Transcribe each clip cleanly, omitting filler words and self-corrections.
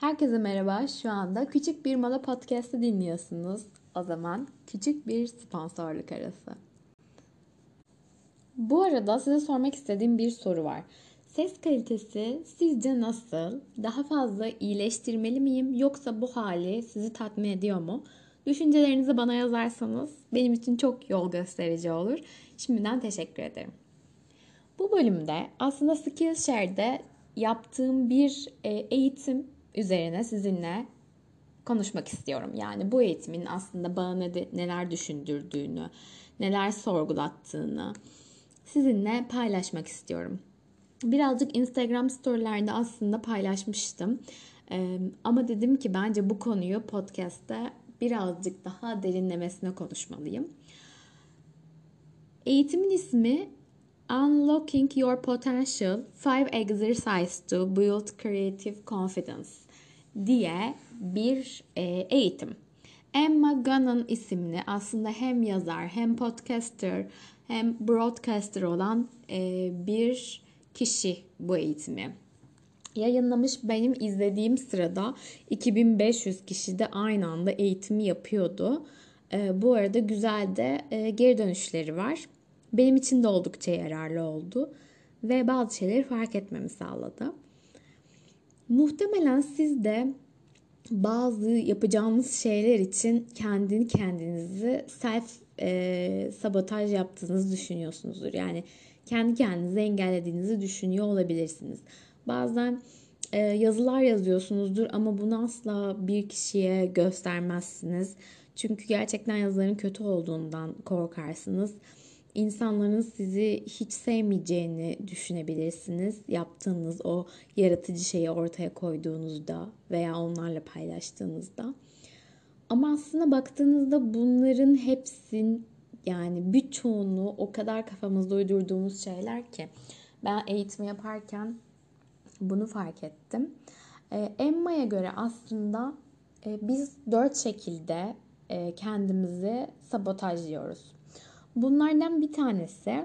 Herkese merhaba. Şu anda Küçük Bir Mola Podcast'ı dinliyorsunuz. O zaman küçük bir sponsorluk arası. Bu arada size sormak istediğim bir soru var. Ses kalitesi sizce nasıl? Daha fazla iyileştirmeli miyim yoksa bu hali sizi tatmin ediyor mu? Düşüncelerinizi bana yazarsanız benim için çok yol gösterici olur. Şimdiden teşekkür ederim. Bu bölümde aslında Skillshare'de yaptığım bir eğitim üzerine sizinle konuşmak istiyorum. Yani bu eğitimin aslında bana neler düşündürdüğünü, neler sorgulattığını sizinle paylaşmak istiyorum. Birazcık Instagram storylerde aslında paylaşmıştım. Ama dedim ki bence bu konuyu podcast'te birazcık daha derinlemesine konuşmalıyım. Eğitimin ismi Unlocking Your Potential 5 Exercises to Build Creative Confidence diye bir eğitim. Emma Gunn isimli aslında hem yazar hem podcaster hem broadcaster olan bir kişi bu eğitimi yayınlamış. Benim izlediğim sırada 2500 kişi de aynı anda eğitimi yapıyordu. Bu arada güzel de geri dönüşleri var. Benim için de oldukça yararlı oldu ve bazı şeyleri fark etmemi sağladı. Muhtemelen siz de bazı yapacağınız şeyler için kendinizi sabotaj yaptığınızı düşünüyorsunuzdur. Yani kendi kendinizi engellediğinizi düşünüyor olabilirsiniz. Bazen yazılar yazıyorsunuzdur ama bunu asla bir kişiye göstermezsiniz. Çünkü gerçekten yazıların kötü olduğundan korkarsınız. İnsanların sizi hiç sevmeyeceğini düşünebilirsiniz. Yaptığınız o yaratıcı şeyi ortaya koyduğunuzda veya onlarla paylaştığınızda. Ama aslında baktığınızda bunların hepsinin yani birçoğunu o kadar kafamızda uydurduğumuz şeyler ki ben eğitim yaparken bunu fark ettim. Emma'ya göre aslında biz 4 şekilde kendimizi sabotajlıyoruz. Bunlardan bir tanesi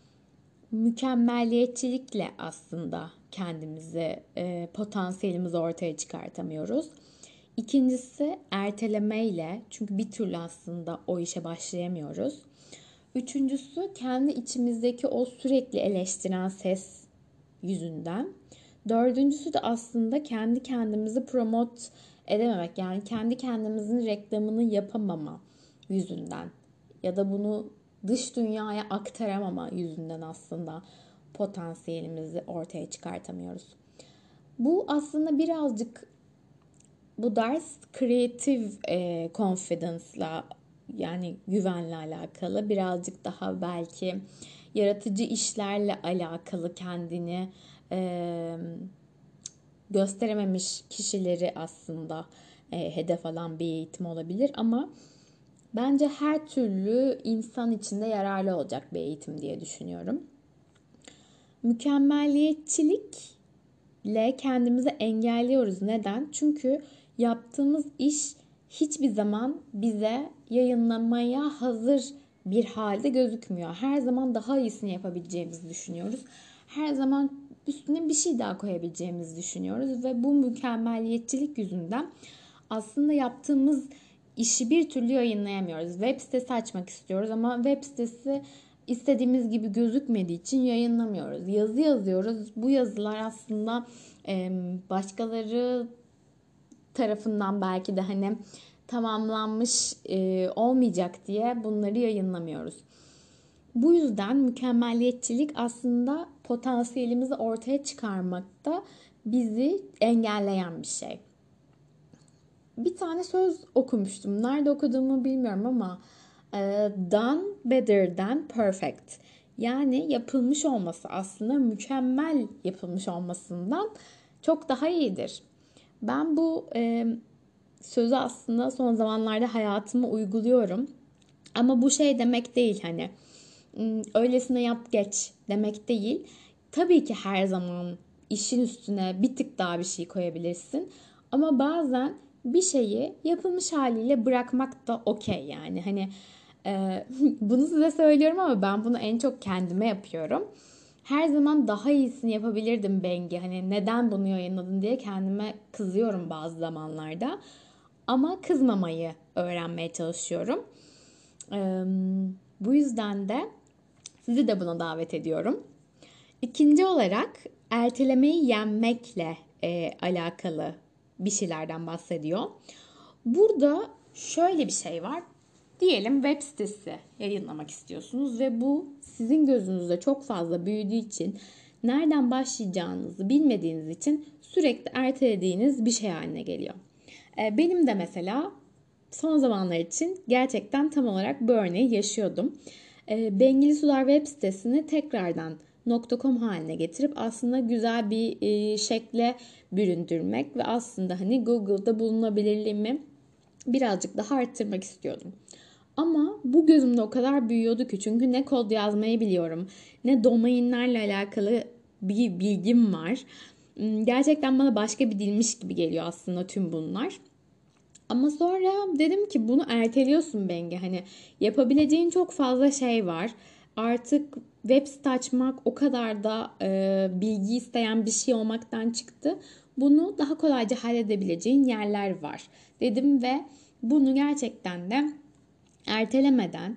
mükemmeliyetçilikle aslında kendimizi, potansiyelimizi ortaya çıkartamıyoruz. İkincisi ertelemeyle, çünkü bir türlü aslında o işe başlayamıyoruz. Üçüncüsü kendi içimizdeki o sürekli eleştiren ses yüzünden. Dördüncüsü de aslında kendi kendimizi promote edememek, yani kendi kendimizin reklamını yapamama yüzünden ya da bunu dış dünyaya aktaramama yüzünden aslında potansiyelimizi ortaya çıkartamıyoruz. Bu aslında birazcık bu ders creative confidence'la yani güvenle alakalı, birazcık daha belki yaratıcı işlerle alakalı kendini gösterememiş kişileri aslında hedef alan bir eğitim olabilir ama bence her türlü insan için de yararlı olacak bir eğitim diye düşünüyorum. Mükemmeliyetçilikle kendimizi engelliyoruz. Neden? Çünkü yaptığımız iş hiçbir zaman bize yayınlamaya hazır bir halde gözükmüyor. Her zaman daha iyisini yapabileceğimizi düşünüyoruz. Her zaman üstüne bir şey daha koyabileceğimizi düşünüyoruz ve bu mükemmeliyetçilik yüzünden aslında yaptığımız işi bir türlü yayınlayamıyoruz. Web sitesi açmak istiyoruz ama web sitesi istediğimiz gibi gözükmediği için yayınlamıyoruz. Yazı yazıyoruz. Bu yazılar aslında başkaları tarafından belki de hani tamamlanmış olmayacak diye bunları yayınlamıyoruz. Bu yüzden mükemmeliyetçilik aslında potansiyelimizi ortaya çıkarmakta bizi engelleyen bir şey. Bir tane söz okumuştum. Nerede okuduğumu bilmiyorum ama done better than perfect. Yani yapılmış olması aslında mükemmel yapılmış olmasından çok daha iyidir. Ben bu sözü aslında son zamanlarda hayatıma uyguluyorum. Ama bu şey demek değil, hani öylesine yap geç demek değil. Tabii ki her zaman işin üstüne bir tık daha bir şey koyabilirsin. Ama bazen bir şeyi yapılmış haliyle bırakmak da okey yani. Hani bunu size söylüyorum ama ben bunu en çok kendime yapıyorum. Her zaman daha iyisini yapabilirdim Bengi. Hani neden bunu yayınladın diye kendime kızıyorum bazı zamanlarda. Ama kızmamayı öğrenmeye çalışıyorum. Bu yüzden de sizi de buna davet ediyorum. İkinci olarak ertelemeyi yenmekle alakalı bir şeylerden bahsediyor. Burada şöyle bir şey var. Diyelim web sitesi yayınlamak istiyorsunuz ve bu sizin gözünüzde çok fazla büyüdüğü için, nereden başlayacağınızı bilmediğiniz için sürekli ertelediğiniz bir şey haline geliyor. Benim de mesela son zamanlar için gerçekten tam olarak bu örneği yaşıyordum. Bengili Sular web sitesini tekrardan .com haline getirip aslında güzel bir şekle büründürmek ve aslında hani Google'da bulunabilirliğimi birazcık daha arttırmak istiyordum. Ama bu gözümde o kadar büyüyordu ki, çünkü ne kod yazmayı biliyorum, ne domainlerle alakalı bir bilgim var. Gerçekten bana başka bir dilmiş gibi geliyor aslında tüm bunlar. Ama sonra dedim ki bunu erteliyorsun Bengi. Hani yapabileceğin çok fazla şey var. Artık web site açmak o kadar da bilgi isteyen bir şey olmaktan çıktı. Bunu daha kolayca halledebileceğin yerler var dedim ve bunu gerçekten de ertelemeden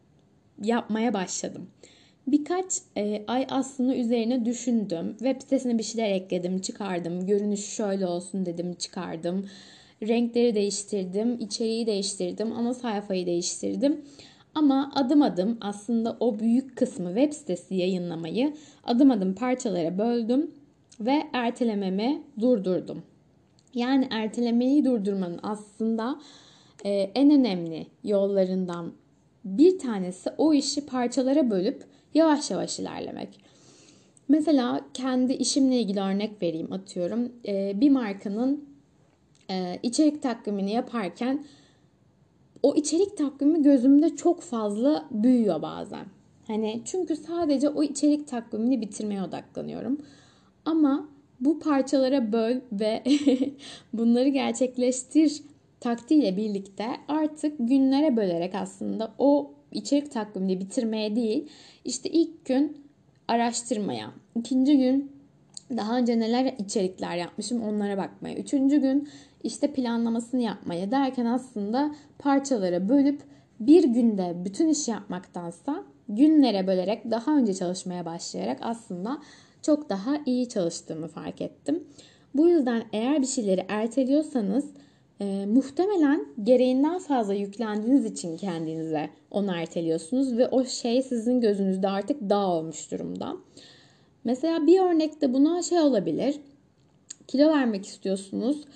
yapmaya başladım. Birkaç ay aslında üzerine düşündüm. Web sitesine bir şeyler ekledim, çıkardım. Görünüşü şöyle olsun dedim, çıkardım. Renkleri değiştirdim, içeriği değiştirdim, ana sayfayı değiştirdim. Ama adım adım aslında o büyük kısmı, web sitesi yayınlamayı adım adım parçalara böldüm ve ertelememi durdurdum. Yani ertelemeyi durdurmanın aslında en önemli yollarından bir tanesi o işi parçalara bölüp yavaş yavaş ilerlemek. Mesela kendi işimle ilgili örnek vereyim, atıyorum. Bir markanın içerik takvimini yaparken o içerik takvimi gözümde çok fazla büyüyor bazen. Hani çünkü sadece o içerik takvimini bitirmeye odaklanıyorum. Ama bu parçalara böl ve bunları gerçekleştir taktiğiyle birlikte artık günlere bölerek aslında o içerik takvimini bitirmeye değil, işte ilk gün araştırmaya, ikinci gün daha önce neler içerikler yapmışım onlara bakmaya, üçüncü gün işte planlamasını yapmaya derken aslında parçalara bölüp bir günde bütün işi yapmaktansa günlere bölerek daha önce çalışmaya başlayarak aslında çok daha iyi çalıştığımı fark ettim. Bu yüzden eğer bir şeyleri erteliyorsanız muhtemelen gereğinden fazla yüklendiğiniz için kendinize onu erteliyorsunuz ve o şey sizin gözünüzde artık dağ olmuş durumda. Mesela bir örnekte buna şey olabilir. Kilo vermek istiyorsunuz.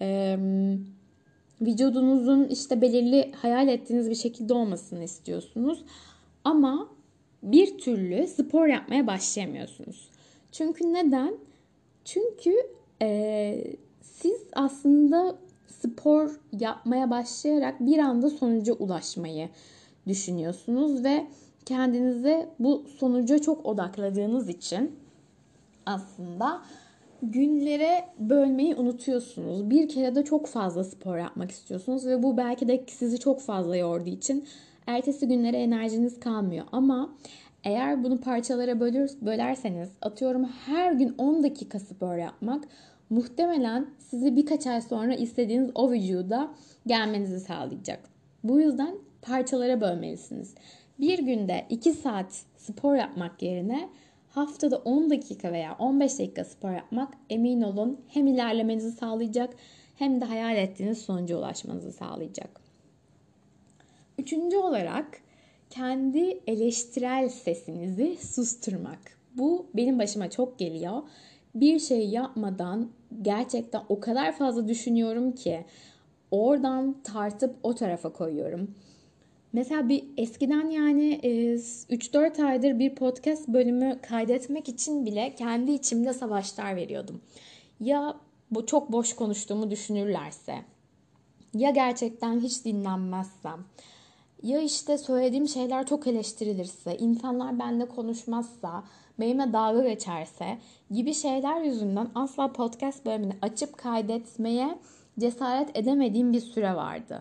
Vücudunuzun işte belirli hayal ettiğiniz bir şekilde olmasını istiyorsunuz. Ama bir türlü spor yapmaya başlayamıyorsunuz. Çünkü neden? Çünkü siz aslında spor yapmaya başlayarak bir anda sonuca ulaşmayı düşünüyorsunuz ve kendinize bu sonuca çok odakladığınız için aslında günlere bölmeyi unutuyorsunuz. Bir kere de çok fazla spor yapmak istiyorsunuz ve bu belki de sizi çok fazla yorduğu için ertesi günlere enerjiniz kalmıyor. Ama eğer bunu parçalara bölerseniz, atıyorum her gün 10 dakika spor yapmak muhtemelen sizi birkaç ay sonra istediğiniz o vücuda gelmenizi sağlayacak. Bu yüzden parçalara bölmelisiniz. Bir günde 2 saat spor yapmak yerine haftada 10 dakika veya 15 dakika spor yapmak, emin olun, hem ilerlemenizi sağlayacak hem de hayal ettiğiniz sonuca ulaşmanızı sağlayacak. Üçüncü olarak kendi eleştirel sesinizi susturmak. Bu benim başıma çok geliyor. Bir şey yapmadan gerçekten o kadar fazla düşünüyorum ki oradan tartıp o tarafa koyuyorum. Mesela bir eskiden yani 3-4 aydır bir podcast bölümü kaydetmek için bile kendi içimde savaşlar veriyordum. Ya bu çok boş konuştuğumu düşünürlerse, ya gerçekten hiç dinlenmezsem, ya işte söylediğim şeyler çok eleştirilirse, insanlar benimle konuşmazsa, benimle dalga geçerse gibi şeyler yüzünden asla podcast bölümünü açıp kaydetmeye cesaret edemediğim bir süre vardı.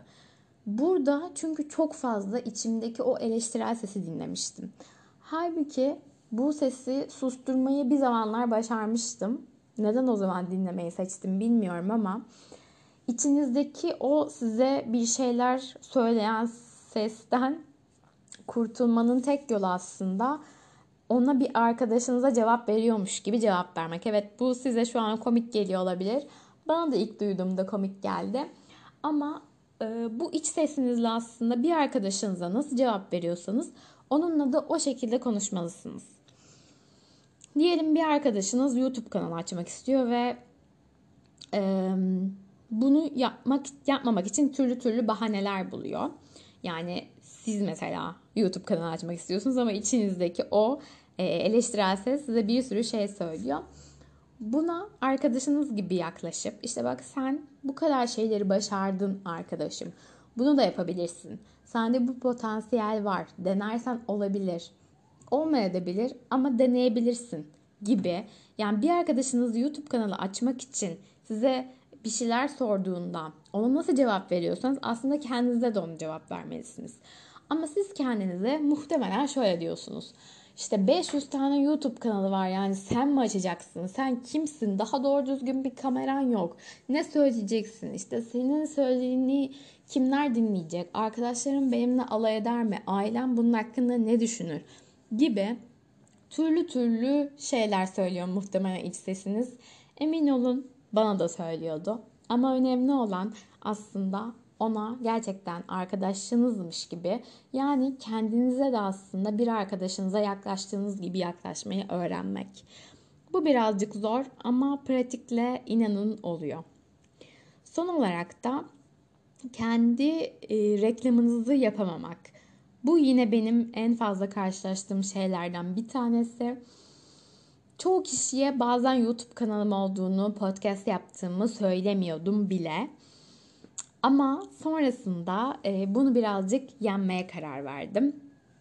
Burada çünkü çok fazla içimdeki o eleştirel sesi dinlemiştim. Halbuki bu sesi susturmayı bir zamanlar başarmıştım. Neden o zaman dinlemeyi seçtim bilmiyorum ama içinizdeki o size bir şeyler söyleyen sesten kurtulmanın tek yolu aslında ona bir arkadaşınıza cevap veriyormuş gibi cevap vermek. Evet, bu size şu an komik geliyor olabilir. Bana da ilk duyduğumda komik geldi. Ama bu iç sesinizle aslında bir arkadaşınıza nasıl cevap veriyorsanız onunla da o şekilde konuşmalısınız. Diyelim bir arkadaşınız YouTube kanalı açmak istiyor ve bunu yapmamak için türlü bahaneler buluyor. Yani siz mesela YouTube kanalı açmak istiyorsunuz ama içinizdeki o eleştirel ses size bir sürü şey söylüyor. Buna arkadaşınız gibi yaklaşıp işte bak sen bu kadar şeyleri başardın arkadaşım. Bunu da yapabilirsin. Sende bu potansiyel var. Denersen olabilir. Olmayabilir ama deneyebilirsin gibi. Yani bir arkadaşınız YouTube kanalı açmak için size bir şeyler sorduğunda ona nasıl cevap veriyorsanız aslında kendinize de onu cevap vermelisiniz. Ama siz kendinize muhtemelen şöyle diyorsunuz. İşte 500 tane YouTube kanalı var, yani sen mi açacaksın? Sen kimsin? Daha doğru düzgün bir kameran yok. Ne söyleyeceksin? İşte senin söylediğini kimler dinleyecek? Arkadaşlarım benimle alay eder mi? Ailem bunun hakkında ne düşünür? Gibi türlü şeyler söylüyor muhtemelen iç sesiniz. Emin olun bana da söylüyordu. Ama önemli olan aslında ona gerçekten arkadaşınızmış gibi, yani kendinize de aslında bir arkadaşınıza yaklaştığınız gibi yaklaşmayı öğrenmek. Bu birazcık zor ama pratikle inanın oluyor. Son olarak da kendi reklamınızı yapamamak. Bu yine benim en fazla karşılaştığım şeylerden bir tanesi. Çoğu kişiye bazen YouTube kanalım olduğunu, podcast yaptığımı söylemiyordum bile. Ama sonrasında bunu birazcık yenmeye karar verdim.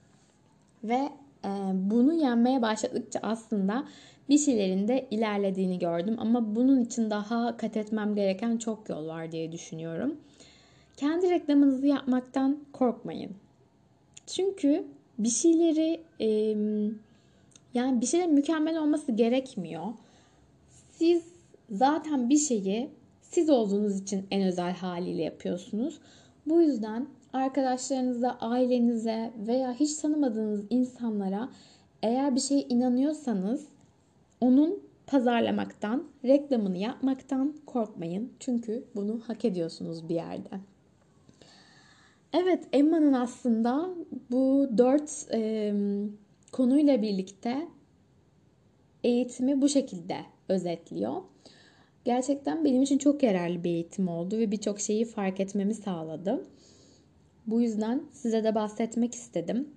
Ve bunu yenmeye başladıkça aslında bir şeylerin de ilerlediğini gördüm. Ama bunun için daha kat etmem gereken çok yol var diye düşünüyorum. Kendi reklamınızı yapmaktan korkmayın. Çünkü bir şeyleri yani bir şeylerin mükemmel olması gerekmiyor. Siz zaten bir şeyi siz olduğunuz için en özel haliyle yapıyorsunuz. Bu yüzden arkadaşlarınıza, ailenize veya hiç tanımadığınız insanlara eğer bir şeye inanıyorsanız onun pazarlamaktan, reklamını yapmaktan korkmayın. Çünkü bunu hak ediyorsunuz bir yerde. Evet, Emma'nın aslında bu 4 konuyla birlikte eğitimi bu şekilde özetliyor. Gerçekten benim için çok yararlı bir eğitim oldu ve birçok şeyi fark etmemi sağladı. Bu yüzden size de bahsetmek istedim.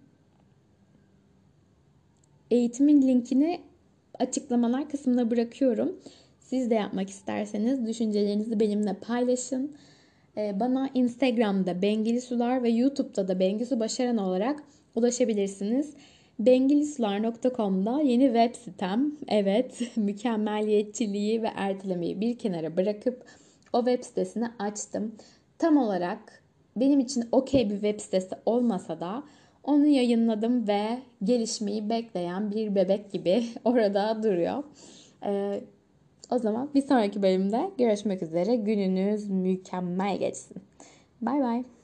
Eğitimin linkini açıklamalar kısmına bırakıyorum. Siz de yapmak isterseniz düşüncelerinizi benimle paylaşın. Bana Instagram'da Bengilisular ve YouTube'da da Bengisu Başaran olarak ulaşabilirsiniz. Bengilisular.com'da yeni web sitem. Evet, mükemmeliyetçiliği ve ertelemeyi bir kenara bırakıp o web sitesini açtım. Tam olarak benim için okey bir web sitesi olmasa da onu yayınladım ve gelişmeyi bekleyen bir bebek gibi orada duruyor. O zaman bir sonraki bölümde görüşmek üzere. Gününüz mükemmel geçsin. Bay bay.